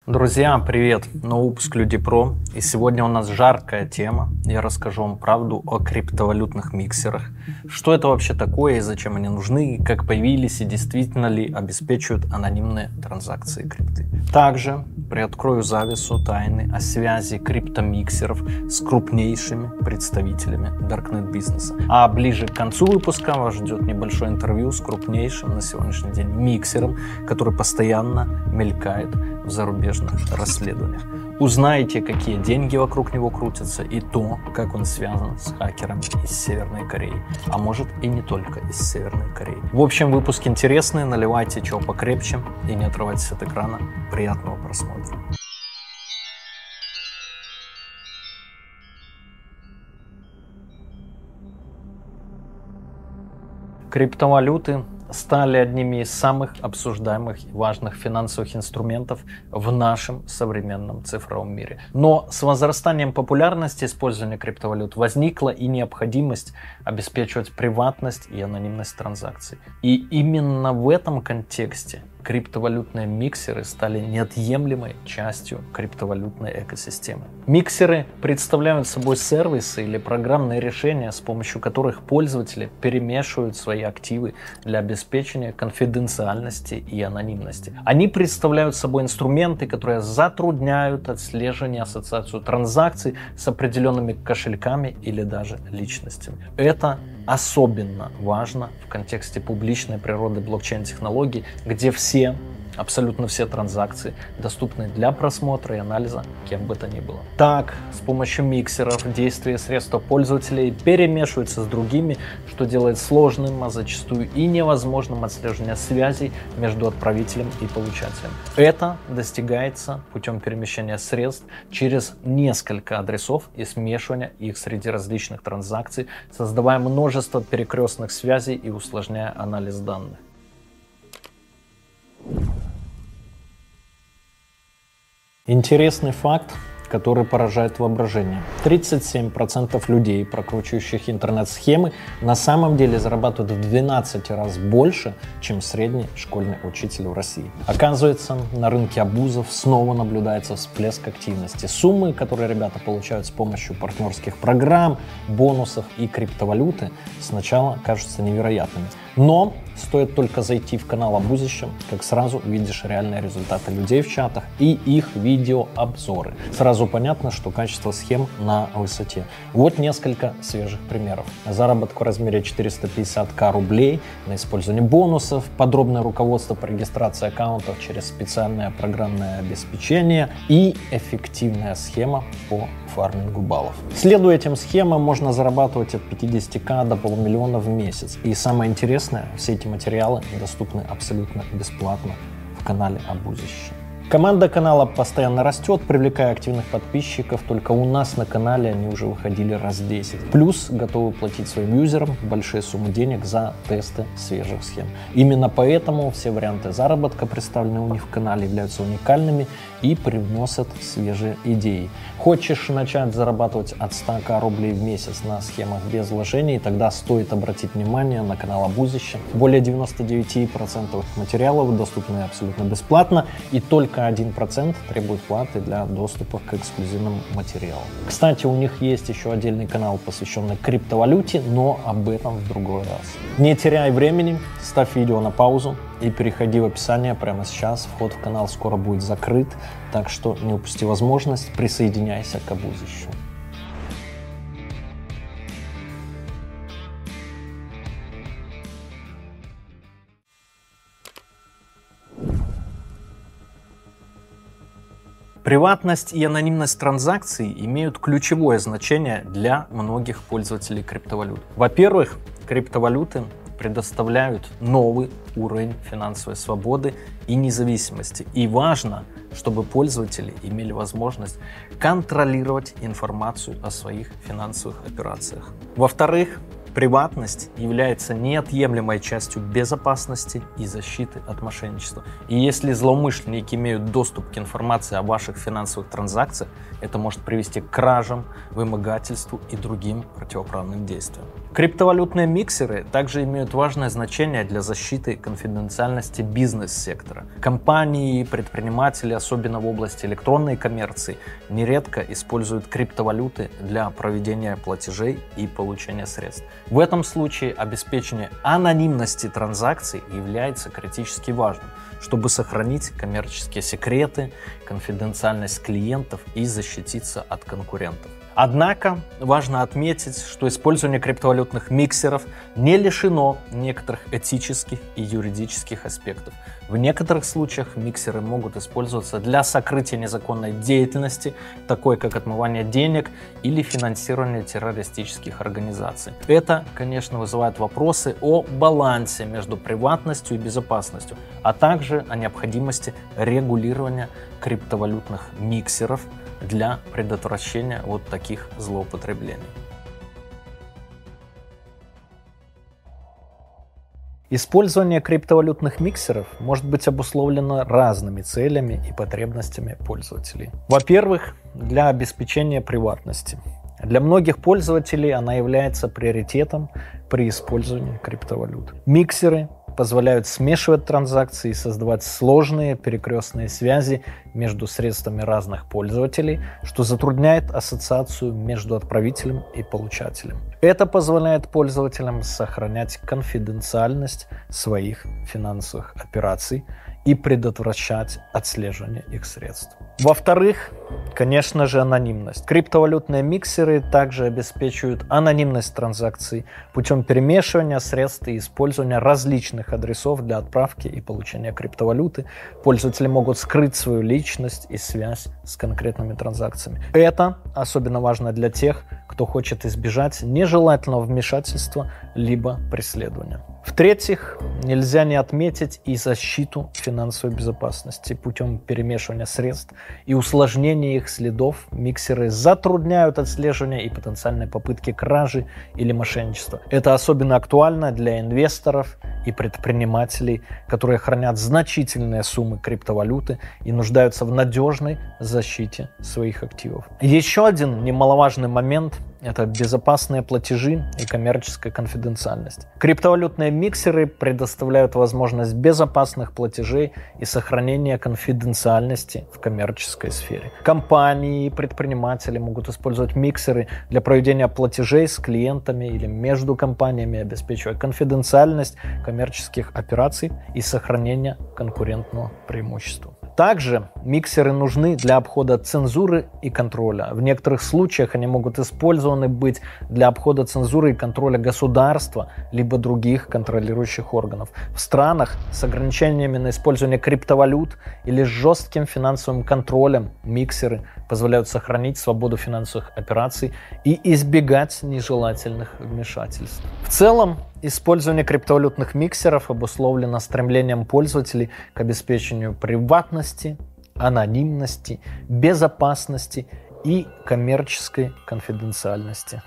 Друзья, привет! Новый выпуск Люди Про. И сегодня у нас жаркая тема. Я расскажу вам правду о криптовалютных миксерах. Что это вообще такое и зачем они нужны, как появились и действительно ли обеспечивают анонимные транзакции крипты. Также приоткрою завесу тайны о связи криптомиксеров с крупнейшими представителями даркнет-бизнеса. А ближе к концу выпуска вас ждет небольшое интервью с крупнейшим на сегодняшний день миксером, который постоянно мелькает в зарубежных расследованиях. Узнаете, какие деньги вокруг него крутятся и то, как он связан с хакерами из Северной Кореи. А может и не только из Северной Кореи. В общем, выпуск интересный, наливайте чего покрепче и не отрывайтесь от экрана. Приятного просмотра. Криптовалюты стали одними из самых обсуждаемых и важных финансовых инструментов в нашем современном цифровом мире. Но с возрастанием популярности использования криптовалют возникла и необходимость обеспечивать приватность и анонимность транзакций. И именно в этом контексте криптовалютные миксеры стали неотъемлемой частью криптовалютной экосистемы. Миксеры представляют собой сервисы или программные решения, с помощью которых пользователи перемешивают свои активы для обеспечения конфиденциальности и анонимности. Они представляют собой инструменты, которые затрудняют отслеживание и ассоциацию транзакций с определенными кошельками или даже личностями. Это особенно важно в контексте публичной природы блокчейн-технологий, где абсолютно все транзакции доступны для просмотра и анализа кем бы то ни было. Так, с помощью миксеров действия и средства пользователей перемешиваются с другими, что делает сложным, а зачастую и невозможным отслеживание связей между отправителем и получателем. Это достигается путем перемещения средств через несколько адресов и смешивания их среди различных транзакций, создавая множество перекрестных связей и усложняя анализ данных. Интересный факт, который поражает воображение. 37% людей, прокручивающих интернет-схемы, на самом деле зарабатывают в 12 раз больше, чем средний школьный учитель в России. Оказывается, на рынке абузов снова наблюдается всплеск активности. Суммы, которые ребята получают с помощью партнерских программ, бонусов и криптовалюты, сначала кажутся невероятными. Но стоит только зайти в канал Абузища, как сразу видишь реальные результаты людей в чатах и их видеообзоры. Сразу понятно, что качество схем на высоте. Вот несколько свежих примеров. Заработок в размере 450 рублей на использование бонусов, подробное руководство по регистрации аккаунтов через специальное программное обеспечение и эффективная схема по фармингу баллов. Следуя этим схемам, можно зарабатывать от 50 до полумиллиона в месяц. И самое интересное, все эти материалы доступны абсолютно бесплатно в канале Абузища. Команда канала постоянно растет, привлекая активных подписчиков. Только у нас на канале они уже выходили раз 10. Плюс готовы платить своим юзерам большие суммы денег за тесты свежих схем. Именно поэтому все варианты заработка, представленные у них в канале, являются уникальными и привносят свежие идеи. Хочешь начать зарабатывать от 100 рублей в месяц на схемах без вложений, тогда стоит обратить внимание на канал Абузища. Более 99% материалов доступны абсолютно бесплатно, и только 1% требует платы для доступа к эксклюзивным материалам. Кстати, у них есть еще отдельный канал, посвященный криптовалюте, но об этом в другой раз. Не теряй времени, ставь видео на паузу и переходи в описание прямо сейчас. Вход в канал скоро будет закрыт, так что не упусти возможность, присоединяйся к Абузищу. Приватность и анонимность транзакций имеют ключевое значение для многих пользователей криптовалют. Во-первых, криптовалюты предоставляют новый уровень финансовой свободы и независимости. И важно, чтобы пользователи имели возможность контролировать информацию о своих финансовых операциях. Во-вторых, приватность является неотъемлемой частью безопасности и защиты от мошенничества. И если злоумышленники имеют доступ к информации о ваших финансовых транзакциях, это может привести к кражам, вымогательству и другим противоправным действиям. Криптовалютные миксеры также имеют важное значение для защиты конфиденциальности бизнес-сектора. Компании и предприниматели, особенно в области электронной коммерции, нередко используют криптовалюты для проведения платежей и получения средств. В этом случае обеспечение анонимности транзакций является критически важным, чтобы сохранить коммерческие секреты, конфиденциальность клиентов и защититься от конкурентов. Однако важно отметить, что использование криптовалютных миксеров не лишено некоторых этических и юридических аспектов. В некоторых случаях миксеры могут использоваться для сокрытия незаконной деятельности, такой как отмывание денег или финансирование террористических организаций. Это, конечно, вызывает вопросы о балансе между приватностью и безопасностью, а также о необходимости регулирования криптовалютных миксеров для предотвращения вот таких злоупотреблений. Использование криптовалютных миксеров может быть обусловлено разными целями и потребностями пользователей. Во-первых, для обеспечения приватности. Для многих пользователей она является приоритетом при использовании криптовалют. Миксеры позволяют смешивать транзакции и создавать сложные перекрестные связи между средствами разных пользователей, что затрудняет ассоциацию между отправителем и получателем. Это позволяет пользователям сохранять конфиденциальность своих финансовых операций и предотвращать отслеживание их средств. Во-вторых, конечно же, анонимность. Криптовалютные миксеры также обеспечивают анонимность транзакций путем перемешивания средств и использования различных адресов для отправки и получения криптовалюты. Пользователи могут скрыть свою личность и связь с конкретными транзакциями. Это особенно важно для тех, кто хочет избежать нежелательного вмешательства либо преследования. В-третьих, нельзя не отметить и защиту финансовой безопасности путем перемешивания средств и усложнения их следов. Миксеры затрудняют отслеживание и потенциальные попытки кражи или мошенничества. Это особенно актуально для инвесторов и предпринимателей, которые хранят значительные суммы криптовалюты и нуждаются в надежной защите своих активов. Еще один немаловажный момент – это безопасные платежи и коммерческая конфиденциальность. Криптовалютные миксеры предоставляют возможность безопасных платежей и сохранения конфиденциальности в коммерческой сфере. Компании и предприниматели могут использовать миксеры для проведения платежей с клиентами или между компаниями, обеспечивая конфиденциальность коммерческих операций и сохранения конкурентного преимущества. Также миксеры нужны для обхода цензуры и контроля. В некоторых случаях они могут использованы быть для обхода цензуры и контроля государства либо других контролирующих органов. В странах с ограничениями на использование криптовалют или с жестким финансовым контролем миксеры позволяют сохранить свободу финансовых операций и избегать нежелательных вмешательств. В целом, использование криптовалютных миксеров обусловлено стремлением пользователей к обеспечению приватности, анонимности, безопасности и коммерческой конфиденциальности.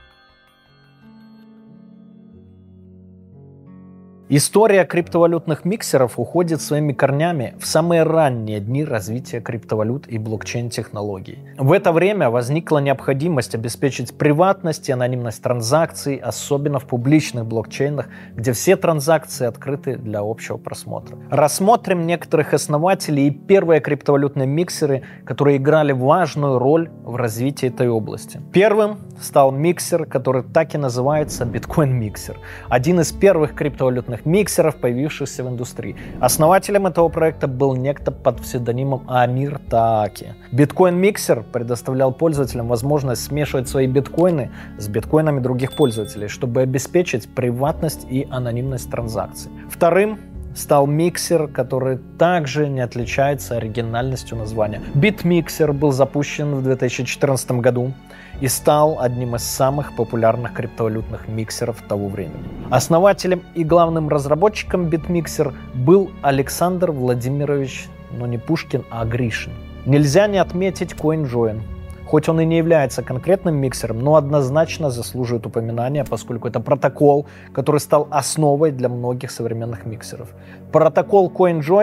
История криптовалютных миксеров уходит своими корнями в самые ранние дни развития криптовалют и блокчейн-технологий. В это время возникла необходимость обеспечить приватность и анонимность транзакций, особенно в публичных блокчейнах, где все транзакции открыты для общего просмотра. Рассмотрим некоторых основателей и первые криптовалютные миксеры, которые играли важную роль в развитии этой области. Первым стал миксер, который так и называется биткоин-миксер. Один из первых криптовалютных миксеров, появившихся в индустрии. Основателем этого проекта был некто под псевдонимом Амир Тааки. Биткоин-миксер предоставлял пользователям возможность смешивать свои биткоины с биткоинами других пользователей, чтобы обеспечить приватность и анонимность транзакций. Вторым стал миксер, который также не отличается оригинальностью названия. BitMixer был запущен в 2014 году и стал одним из самых популярных криптовалютных миксеров того времени. Основателем и главным разработчиком BitMixer был Александр Владимирович, но не Пушкин, а Гришин. Нельзя не отметить CoinJoin. Хоть он и не является конкретным миксером, но однозначно заслуживает упоминания, поскольку это протокол, который стал основой для многих современных миксеров. Протокол CoinJoin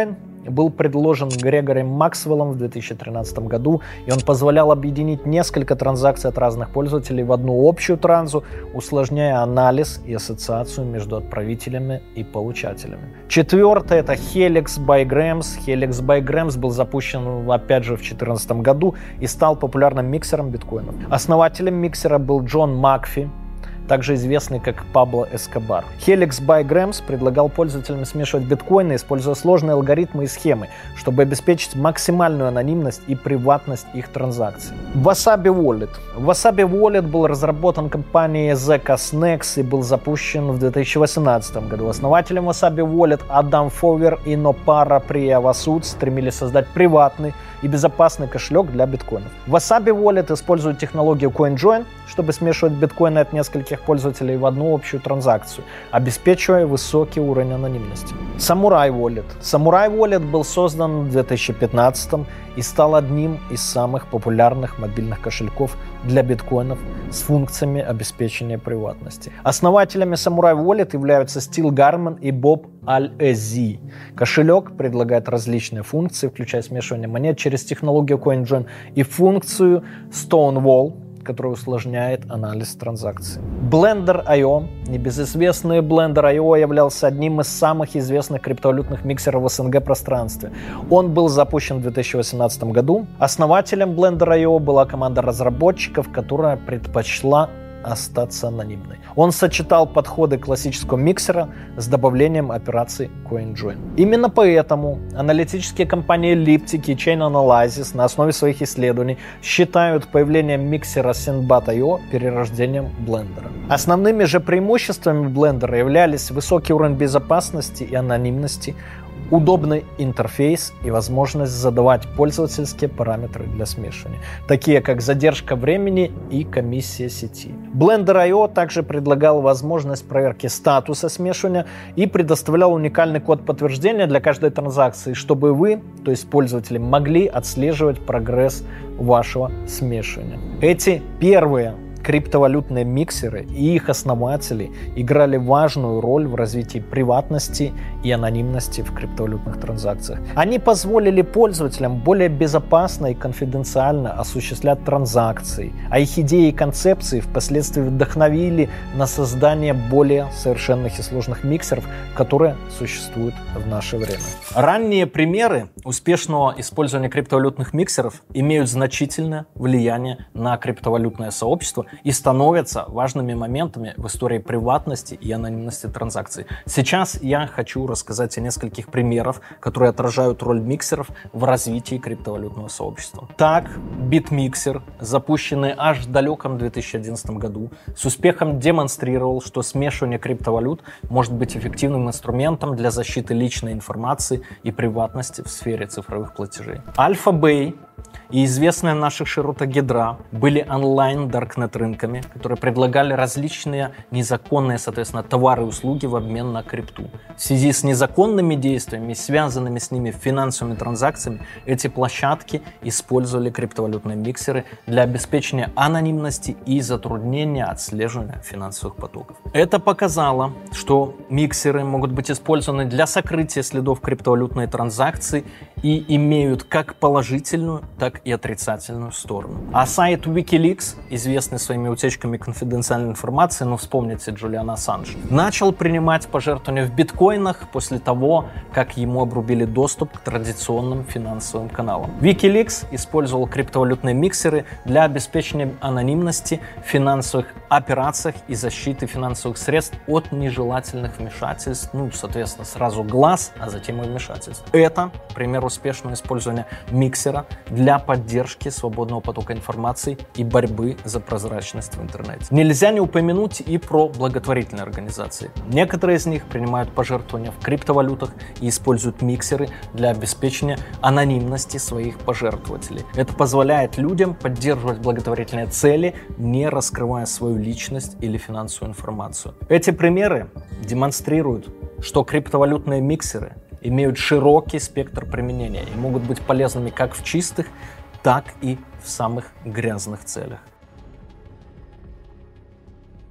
был предложен Грегором Максвеллом в 2013 году, и он позволял объединить несколько транзакций от разных пользователей в одну общую транзу, усложняя анализ и ассоциацию между отправителями и получателями. Четвертое — это Helix by Grams. Helix by Grams был запущен, опять же, в 2014 году и стал популярным миксером биткоинов. Основателем миксера был Джон Макфи, также известный как Пабло Эскобар. Helix by Grams предлагал пользователям смешивать биткоины, используя сложные алгоритмы и схемы, чтобы обеспечить максимальную анонимность и приватность их транзакций. Wasabi Wallet. Wasabi Wallet был разработан компанией ZK-Snacks и был запущен в 2018 году. Основателем Wasabi Wallet Адам Фовер и Нопара Приявасуд стремились создать приватный и безопасный кошелек для биткоинов. Wasabi Wallet использует технологию CoinJoin, чтобы смешивать биткоины от нескольких пользователей в одну общую транзакцию, обеспечивая высокий уровень анонимности. Samurai Wallet. Samurai Wallet был создан в 2015 и стал одним из самых популярных мобильных кошельков для биткоинов с функциями обеспечения приватности. Основателями Samurai Wallet являются Стил Гарман и Боб Аль-Эзи. Кошелек предлагает различные функции, включая смешивание монет через технологию CoinJoin и функцию Stonewall, который усложняет анализ транзакций. Blender.io. Небезызвестный Blender.io являлся одним из самых известных криптовалютных миксеров в СНГ пространстве. Он был запущен в 2018 году. Основателем Blender.io была команда разработчиков, которая предпочла остаться анонимной. Он сочетал подходы классического миксера с добавлением операций CoinJoin. Именно поэтому аналитические компании Elliptic и Chainalysis на основе своих исследований считают появление миксера Synbat.io перерождением Blender. Основными же преимуществами Blender являлись высокий уровень безопасности и анонимности, удобный интерфейс и возможность задавать пользовательские параметры для смешивания, такие как задержка времени и комиссия сети. Blender.io также предлагал возможность проверки статуса смешивания и предоставлял уникальный код подтверждения для каждой транзакции, чтобы вы, то есть пользователи, могли отслеживать прогресс вашего смешивания. Эти первые криптовалютные миксеры и их основатели играли важную роль в развитии приватности и анонимности в криптовалютных транзакциях. Они позволили пользователям более безопасно и конфиденциально осуществлять транзакции, а их идеи и концепции впоследствии вдохновили на создание более совершенных и сложных миксеров, которые существуют в наше время. Ранние примеры успешного использования криптовалютных миксеров имеют значительное влияние на криптовалютное сообщество и становятся важными моментами в истории приватности и анонимности транзакций. Сейчас я хочу рассказать о нескольких примерах, которые отражают роль миксеров в развитии криптовалютного сообщества. Так, BitMixer, запущенный аж в далеком 2011 году, с успехом демонстрировал, что смешивание криптовалют может быть эффективным инструментом для защиты личной информации и приватности в сфере цифровых платежей. Alphabay и известная в наших широтах Гидра были онлайн-даркнет рынками, которые предлагали различные незаконные, соответственно, товары и услуги в обмен на крипту. В связи с незаконными действиями, связанными с ними финансовыми транзакциями, эти площадки использовали криптовалютные миксеры для обеспечения анонимности и затруднения отслеживания финансовых потоков. Это показало, что миксеры могут быть использованы для сокрытия следов криптовалютной транзакции и имеют как положительную, так и отрицательную сторону. А сайт WikiLeaks, известный своими утечками конфиденциальной информации, ну вспомните Джулиана Ассанжа, начал принимать пожертвования в биткоинах после того, как ему обрубили доступ к традиционным финансовым каналам. WikiLeaks использовал криптовалютные миксеры для обеспечения анонимности в финансовых операциях и защиты финансовых средств от нежелательных вмешательств, ну, соответственно, сразу глаз, а затем и вмешательств. Это пример успешного использования миксера для поддержки свободного потока информации и борьбы за прозрачность в интернете. Нельзя не упомянуть и про благотворительные организации. Некоторые из них принимают пожертвования в криптовалютах и используют миксеры для обеспечения анонимности своих пожертвователей. Это позволяет людям поддерживать благотворительные цели, не раскрывая свою личность или финансовую информацию. Эти примеры демонстрируют, что криптовалютные миксеры имеют широкий спектр применения и могут быть полезными как в чистых, так и в самых грязных целях.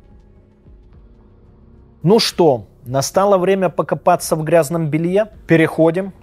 Ну что, настало время покопаться в грязном белье? Переходим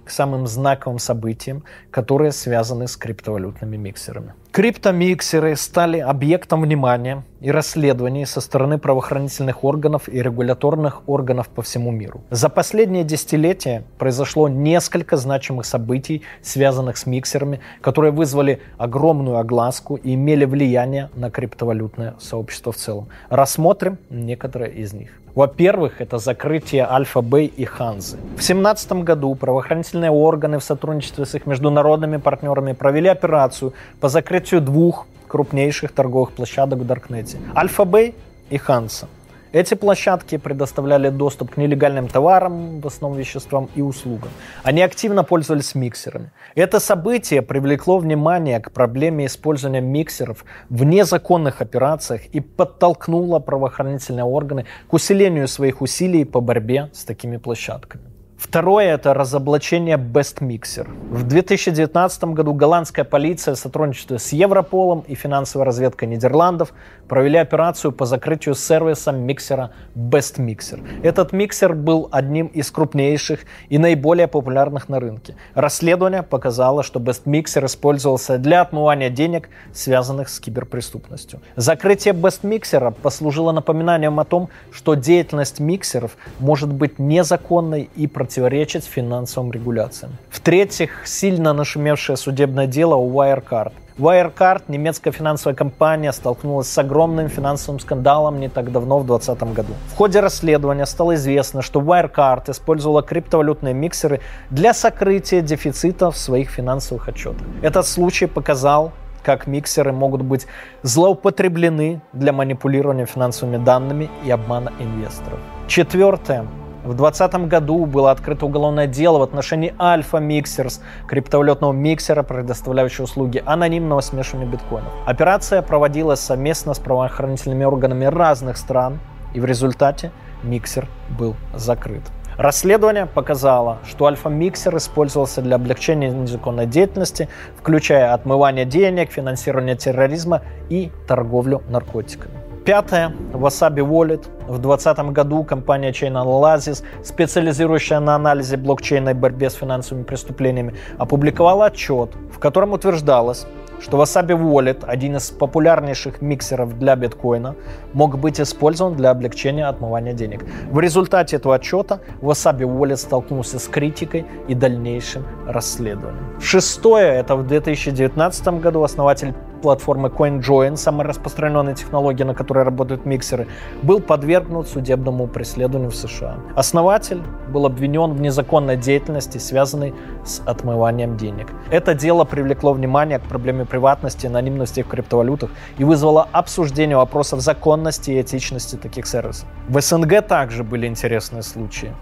к самым знаковым событиям, которые связаны с криптовалютными миксерами. Криптомиксеры стали объектом внимания и расследований со стороны правоохранительных органов и регуляторных органов по всему миру. За последние десятилетия произошло несколько значимых событий, связанных с миксерами, которые вызвали огромную огласку и имели влияние на криптовалютное сообщество в целом. Рассмотрим некоторые из них. Во-первых, это закрытие Альфа-Бэй и Ханзы. В 2017 году правоохранительные органы в сотрудничестве с их международными партнерами провели операцию по закрытию двух крупнейших торговых площадок в Даркнете – Альфа-Бэй и Ханза. Эти площадки предоставляли доступ к нелегальным товарам, в основном веществам и услугам. Они активно пользовались миксерами. Это событие привлекло внимание к проблеме использования миксеров в незаконных операциях и подтолкнуло правоохранительные органы к усилению своих усилий по борьбе с такими площадками. Второе – это разоблачение BestMixer. В 2019 году голландская полиция в сотрудничестве с Европолом и финансовой разведкой Нидерландов провели операцию по закрытию сервиса миксера BestMixer. Этот миксер был одним из крупнейших и наиболее популярных на рынке. Расследование показало, что BestMixer использовался для отмывания денег, связанных с киберпреступностью. Закрытие BestMixer послужило напоминанием о том, что деятельность миксеров может быть незаконной и противоречить финансовым регуляциям. В-третьих, сильно нашумевшее судебное дело у Wirecard. Wirecard, немецкая финансовая компания, столкнулась с огромным финансовым скандалом не так давно, в 2020 году. В ходе расследования стало известно, что Wirecard использовала криптовалютные миксеры для сокрытия дефицита в своих финансовых отчетах. Этот случай показал, как миксеры могут быть злоупотреблены для манипулирования финансовыми данными и обмана инвесторов. Четвертое. В 2020 году было открыто уголовное дело в отношении Alpha Mixers, криптовалютного миксера, предоставляющего услуги анонимного смешивания биткоинов. Операция проводилась совместно с правоохранительными органами разных стран, и в результате миксер был закрыт. Расследование показало, что альфа-миксер использовался для облегчения незаконной деятельности, включая отмывание денег, финансирование терроризма и торговлю наркотиками. Пятое. Wasabi Wallet. В 2020 году компания Chainalysis, специализирующая на анализе блокчейна и борьбе с финансовыми преступлениями, опубликовала отчет, в котором утверждалось, что Wasabi Wallet, один из популярнейших миксеров для биткоина, мог быть использован для облегчения отмывания денег. В результате этого отчета Wasabi Wallet столкнулся с критикой и дальнейшим расследованием. Шестое. Это в 2019 году основатель платформы CoinJoin, самой распространенной технологии, на которой работают миксеры, был подвергнут судебному преследованию в США. Основатель был обвинен в незаконной деятельности, связанной с отмыванием денег. Это дело привлекло внимание к проблеме приватности и анонимности в криптовалютах и вызвало обсуждение вопросов законности и этичности таких сервисов. В СНГ также были интересные случаи.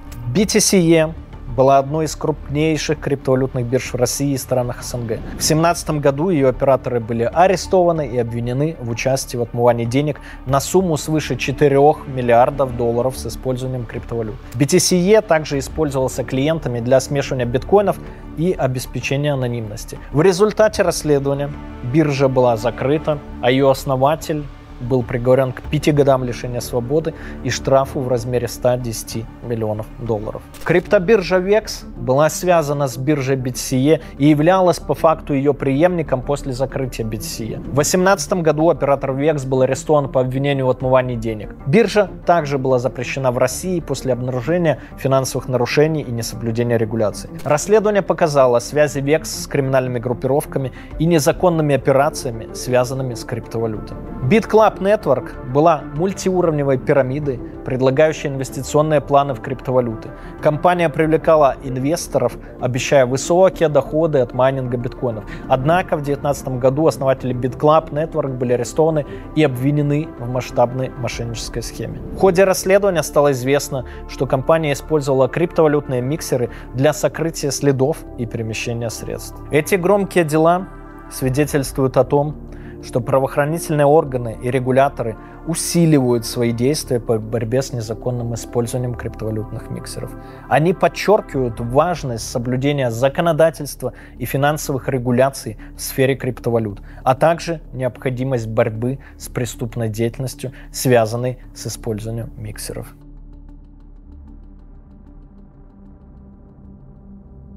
BTCE была одной из крупнейших криптовалютных бирж в России и странах СНГ. В 2017 году ее операторы были арестованы и обвинены в участии в отмывании денег на сумму свыше 4 миллиардов долларов с использованием криптовалют. BTCE также использовался клиентами для смешивания биткоинов и обеспечения анонимности. В результате расследования биржа была закрыта, а ее основатель был приговорен к 5 годам лишения свободы и штрафу в размере 110 миллионов долларов. Криптобиржа VEX была связана с биржей BTCE и являлась по факту ее преемником после закрытия BTCE. В 2018 году оператор VEX был арестован по обвинению в отмывании денег. Биржа также была запрещена в России после обнаружения финансовых нарушений и несоблюдения регуляций. Расследование показало связи VEX с криминальными группировками и незаконными операциями, связанными с криптовалютой. BitClub Network была мультиуровневой пирамидой, предлагающей инвестиционные планы в криптовалюты. Компания привлекала инвесторов, обещая высокие доходы от майнинга биткоинов. Однако в 2019 году основатели BitClub Network были арестованы и обвинены в масштабной мошеннической схеме. В ходе расследования стало известно, что компания использовала криптовалютные миксеры для сокрытия следов и перемещения средств. Эти громкие дела свидетельствуют о том, что правоохранительные органы и регуляторы усиливают свои действия по борьбе с незаконным использованием криптовалютных миксеров. Они подчеркивают важность соблюдения законодательства и финансовых регуляций в сфере криптовалют, а также необходимость борьбы с преступной деятельностью, связанной с использованием миксеров.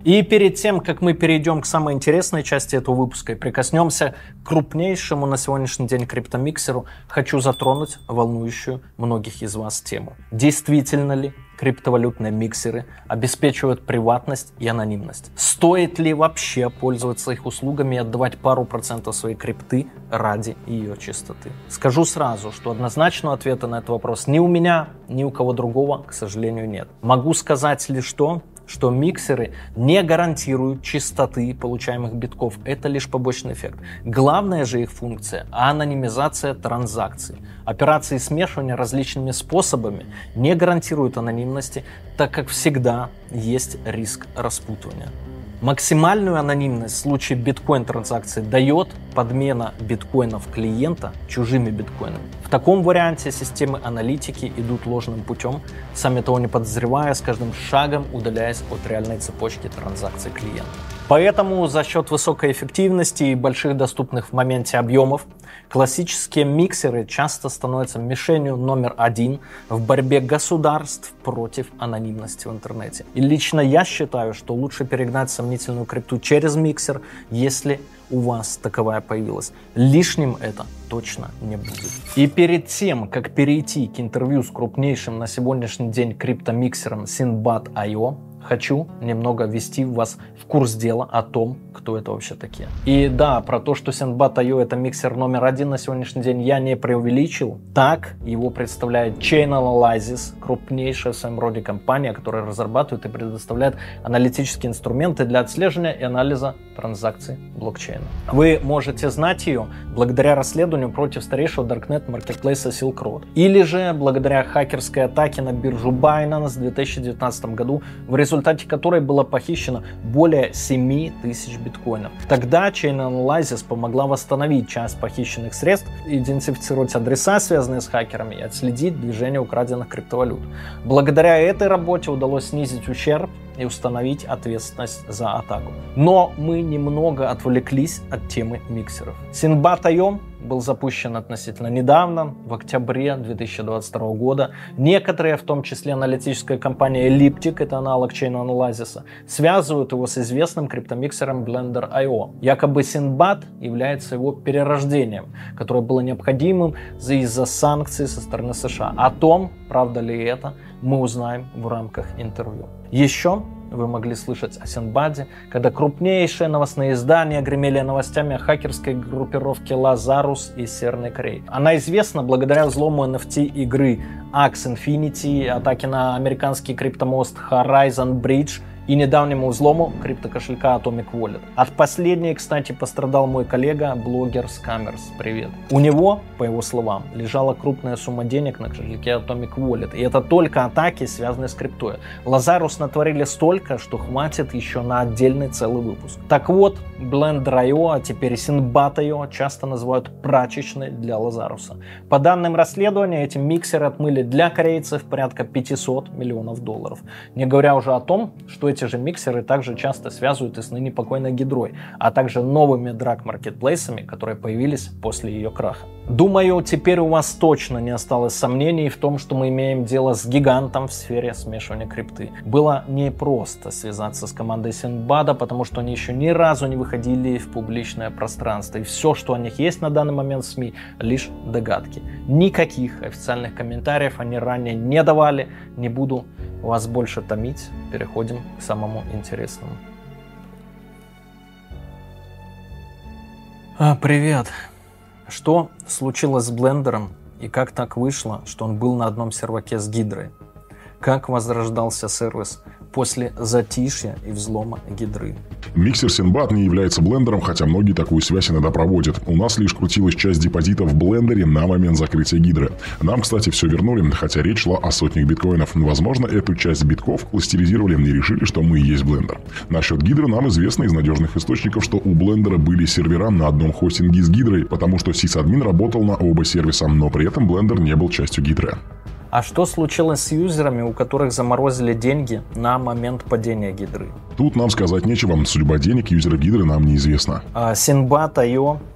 И перед тем, как мы перейдем к самой интересной части этого выпуска и прикоснемся к крупнейшему на сегодняшний день криптомиксеру, хочу затронуть волнующую многих из вас тему. Действительно ли криптовалютные миксеры обеспечивают приватность и анонимность? Стоит ли вообще пользоваться их услугами и отдавать пару процентов своей крипты ради ее чистоты? Скажу сразу, что однозначного ответа на этот вопрос ни у меня, ни у кого другого, к сожалению, нет. Могу сказать лишь то, что миксеры не гарантируют чистоты получаемых битков. Это лишь побочный эффект. Главная же их функция – анонимизация транзакций. Операции смешивания различными способами не гарантируют анонимности, так как всегда есть риск распутывания. Максимальную анонимность в случае биткоин-транзакции дает подмена биткоинов клиента чужими биткоинами. В таком варианте системы аналитики идут ложным путем, сами того не подозревая, с каждым шагом удаляясь от реальной цепочки транзакций клиента. Поэтому за счет высокой эффективности и больших доступных в моменте объемов классические миксеры часто становятся мишенью номер один в борьбе государств против анонимности в интернете. И лично я считаю, что лучше перегнать сомнительную крипту через миксер, если у вас таковая появилась. Лишним это точно не будет. И перед тем, как перейти к интервью с крупнейшим на сегодняшний день криптомиксером Sinbad.io, хочу немного ввести вас в курс дела о том, кто это вообще такие. И да, про то, что Sinbad.io это миксер номер один на сегодняшний день, я не преувеличил. Так его представляет Chainalysis, крупнейшая в своем роде компания, которая разрабатывает и предоставляет аналитические инструменты для отслеживания и анализа транзакций блокчейна. Вы можете знать ее благодаря расследованию против старейшего даркнет маркетплейса Silk Road. Или же благодаря хакерской атаке на биржу Binance в 2019 году, в результате которой было похищено более 7000 биткоинов. Тогда Chainalysis помогла восстановить часть похищенных средств, идентифицировать адреса, связанные с хакерами, и отследить движение украденных криптовалют. Благодаря этой работе удалось снизить ущерб и установить ответственность за атаку. Но мы немного отвлеклись от темы миксеров. Sinbad.io был запущен относительно недавно, в октябре 2022 года. Некоторые, в том числе аналитическая компания Elliptic, это аналог Chainalysis, связывают его с известным криптомиксером Blender.io. Якобы Sinbad является его перерождением, которое было необходимым из-за санкций со стороны США. О том, правда ли это, мы узнаем в рамках интервью. Еще вы могли слышать о Sinbad, когда крупнейшие новостные издания гремели новостями о хакерской группировке Lazarus из Северной Кореи. Она известна благодаря взлому NFT игры Axie Infinity, атаке на американский криптомост Horizon Bridge и недавнему взлому криптокошелька Atomic Wallet. От последней, кстати, пострадал мой коллега, блогер Scammers. Привет. У него, по его словам, лежала крупная сумма денег на кошельке Atomic Wallet. И это только атаки, связанные с криптой. Lazarus натворили столько, что хватит еще на отдельный целый выпуск. Так вот, Blender.io, а теперь и Sinbad.io часто называют прачечной для Lazarus. По данным расследования, эти миксеры отмыли для корейцев порядка $500 миллионов. Не говоря уже о том, что эти же миксеры также часто связывают и с ныне покойной Гидрой, а также новыми драг-маркетплейсами, которые появились после ее краха. Думаю, теперь у вас точно не осталось сомнений в том, что мы имеем дело с гигантом в сфере смешивания крипты. Было непросто связаться с командой Sinbad, потому что они еще ни разу не выходили в публичное пространство. И все, что о них есть на данный момент в СМИ, лишь догадки. Никаких официальных комментариев они ранее не давали. Не буду вас больше томить. Переходим к самому интересному. Привет. Что случилось с Блендером и как так вышло, что он был на одном серваке с Гидрой? Как возрождался сервис после затишья и взлома Гидры? Миксер Sinbad не является блендером, хотя многие такую связь иногда проводят. У нас лишь крутилась часть депозита в блендере на момент закрытия Гидры. Нам, кстати, все вернули, хотя речь шла о сотнях биткоинов. Возможно, эту часть битков кластеризировали и решили, что мы и есть блендер. Насчет Гидры нам известно из надежных источников, что у блендера были сервера на одном хостинге с Гидрой, потому что сисадмин работал на оба сервиса, но при этом блендер не был частью Гидры. А что случилось с юзерами, у которых заморозили деньги на момент падения Гидры? Тут нам сказать нечего, судьба денег юзера Гидры нам неизвестна. Sinbad.io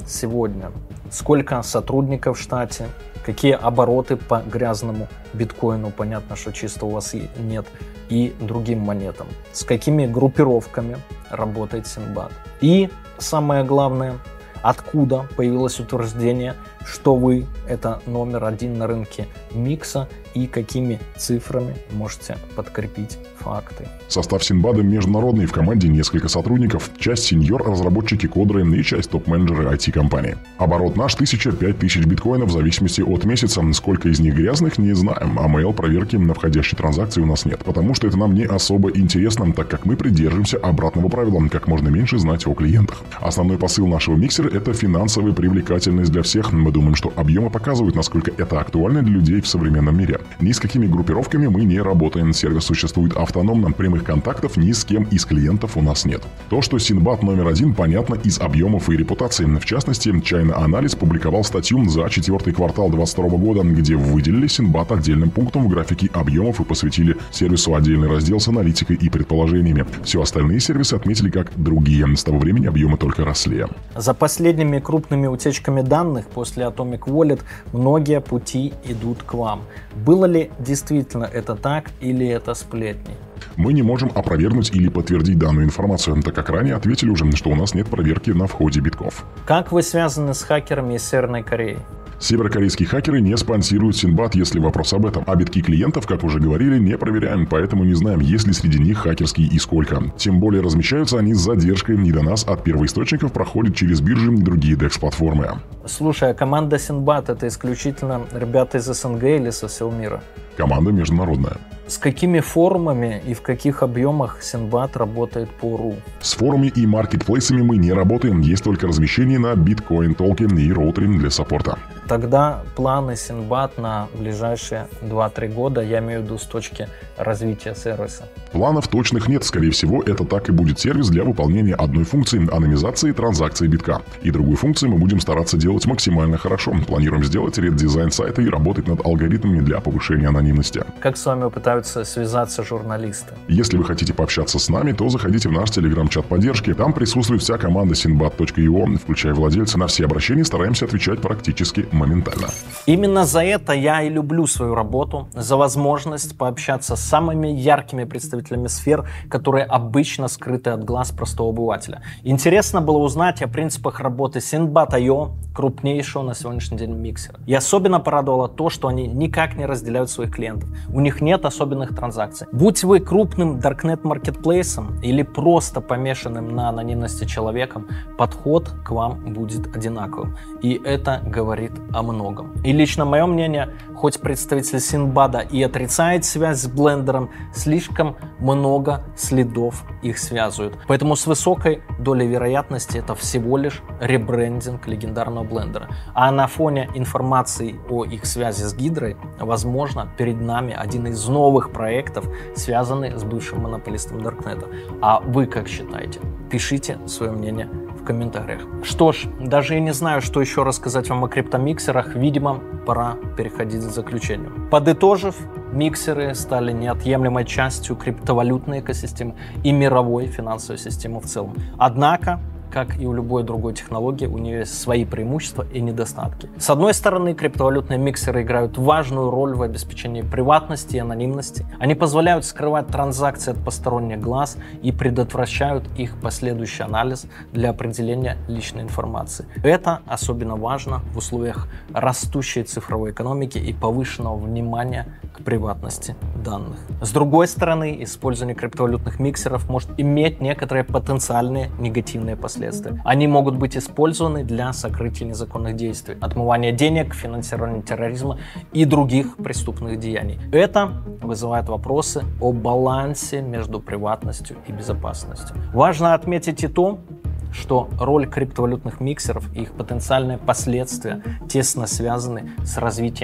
сегодня? Сколько сотрудников в штате? Какие обороты по грязному биткоину? Понятно, что чисто у вас нет. И другим монетам. С какими группировками работает Синдбад? И самое главное, откуда появилось утверждение, что вы это номер один на рынке микса, и какими цифрами можете подкрепить факты. Состав Синдбада международный, в команде несколько сотрудников, часть сеньор, разработчики кодры и часть топ-менеджеры IT-компании. Оборот наш 1000-5000 биткоинов в зависимости от месяца. Сколько из них грязных, не знаем, а проверки на входящие транзакции у нас нет, потому что это нам не особо интересно, так как мы придерживаемся обратного правила, как можно меньше знать о клиентах. Основной посыл нашего миксера – это финансовая привлекательность для всех. Мы думаем, что объемы показывают, насколько это актуально для людей в современном мире. Ни с какими группировками мы не работаем, сервис существует автономно, прямых контактов ни с кем из клиентов у нас нет. То, что Синдбад номер один, понятно из объемов и репутации. В частности, China Analysis публиковал статью за 4-й квартал 2022 года, где выделили Синдбад отдельным пунктом в графике объемов и посвятили сервису отдельный раздел с аналитикой и предположениями. Все остальные сервисы отметили как другие. С того времени объемы только росли. За последними крупными утечками данных после Atomic Wallet многие пути идут к вам. Было ли действительно это так или это сплетни? Мы не можем опровергнуть или подтвердить данную информацию, так как ранее ответили уже, что у нас нет проверки на входе битков. Как вы связаны с хакерами из Северной Кореи? Северокорейские хакеры не спонсируют Синдбад, если вопрос об этом. А битки клиентов, как уже говорили, не проверяем, поэтому не знаем, есть ли среди них хакерские и сколько. Тем более размещаются они с задержкой, и до нас от первоисточников проходят через биржи и другие DEX-платформы. Слушай, а команда Синдбад — это исключительно ребята из СНГ или со всего мира? Команда международная. С какими форумами и в каких объемах Синдбад работает по РУ? С форумами и маркетплейсами мы не работаем, есть только размещение на Bitcoin Talk и роутере для саппорта. Тогда планы Синдбад на ближайшие 2-3 года, я имею в виду с точки развития сервиса. Планов точных нет, скорее всего, это так и будет сервис для выполнения одной функции – анонимизации транзакций битка. И другую функцию мы будем стараться делать максимально хорошо. Планируем сделать редизайн сайта и работать над алгоритмами для повышения анонимности. Как с вами пытаются связаться журналисты? Если вы хотите пообщаться с нами, то заходите в наш телеграм-чат поддержки. Там присутствует вся команда Sinbad.io, включая владельца. На все обращения стараемся отвечать практически моментально. Именно за это я и люблю свою работу, за возможность пообщаться с самыми яркими представителями сфер, которые обычно скрыты от глаз простого обывателя. Интересно было узнать о принципах работы Sinbad.io, крупнейшего на сегодняшний день миксера. И особенно порадовало то, что они никак не разделяют своих клиентов. У них нет особенных транзакций. Будь вы крупным даркнет маркетплейсом или просто помешанным на анонимности человеком, подход к вам будет одинаковым. И это говорит о многом. И лично мое мнение, хоть представитель Синдбада и отрицает связь с блендером, слишком много следов их связывают. Поэтому с высокой долей вероятности это всего лишь ребрендинг легендарного блендера. А на фоне информации о их связи с Гидрой, возможно, перед нами один из новых проектов, связанный с бывшим монополистом Даркнета. А вы как считаете? Пишите свое мнение в комментариях. Что ж, даже и не знаю, что еще рассказать вам о криптомиксерах. Видимо, пора переходить к заключению. Подытожив, миксеры стали неотъемлемой частью криптовалютной экосистемы и мировой финансовой системы в целом. Однако, как и у любой другой технологии, у нее есть свои преимущества и недостатки. С одной стороны, криптовалютные миксеры играют важную роль в обеспечении приватности и анонимности. Они позволяют скрывать транзакции от посторонних глаз и предотвращают их последующий анализ для определения личной информации. Это особенно важно в условиях растущей цифровой экономики и повышенного внимания к приватности данных. С другой стороны, использование криптовалютных миксеров может иметь некоторые потенциальные негативные последствия. Они могут быть использованы для сокрытия незаконных действий, отмывания денег, финансирования терроризма и других преступных деяний. Это вызывает вопросы о балансе между приватностью и безопасностью. Важно отметить и то, что роль криптовалютных миксеров и их потенциальные последствия тесно связаны с развитием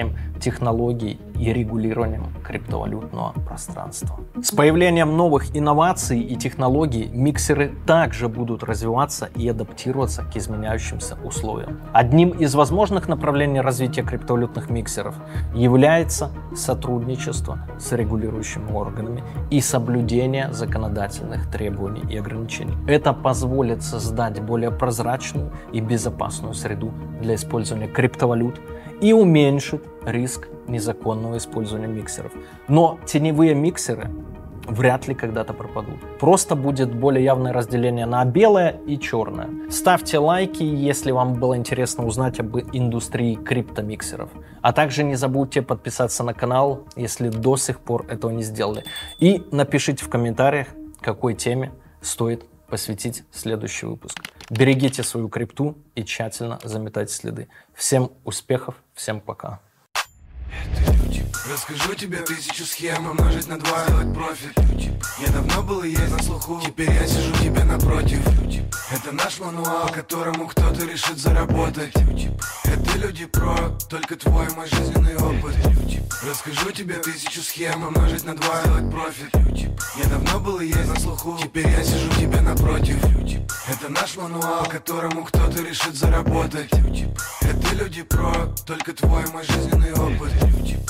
технологий и регулированием криптовалютного пространства. С появлением новых инноваций и технологий миксеры также будут развиваться и адаптироваться к изменяющимся условиям. Одним из возможных направлений развития криптовалютных миксеров является сотрудничество с регулирующими органами и соблюдение законодательных требований и ограничений. Это позволит создать более прозрачную и безопасную среду для использования криптовалют и уменьшит риск незаконного использования миксеров. Но теневые миксеры вряд ли когда-то пропадут. Просто будет более явное разделение на белое и черное. Ставьте лайки, если вам было интересно узнать об индустрии криптомиксеров. А также не забудьте подписаться на канал, если до сих пор этого не сделали. И напишите в комментариях, какой теме стоит посвятить следующий выпуск. Берегите свою крипту и тщательно заметайте следы. Всем успехов, всем пока. Расскажу тебе 1000 схем, умножить на 2, сделать профит. Я давно был и есть на слуху, теперь я сижу тебе напротив. Это наш мануал, которому кто-то решит заработать. Это люди про, только твой мой жизненный опыт. Расскажу тебе 1000 схем, умножить на 2, сделать профит. Я давно был и есть на слуху, теперь я сижу тебе напротив. Это наш мануал, которому кто-то решит заработать. Это люди про, только твой мой жизненный опыт.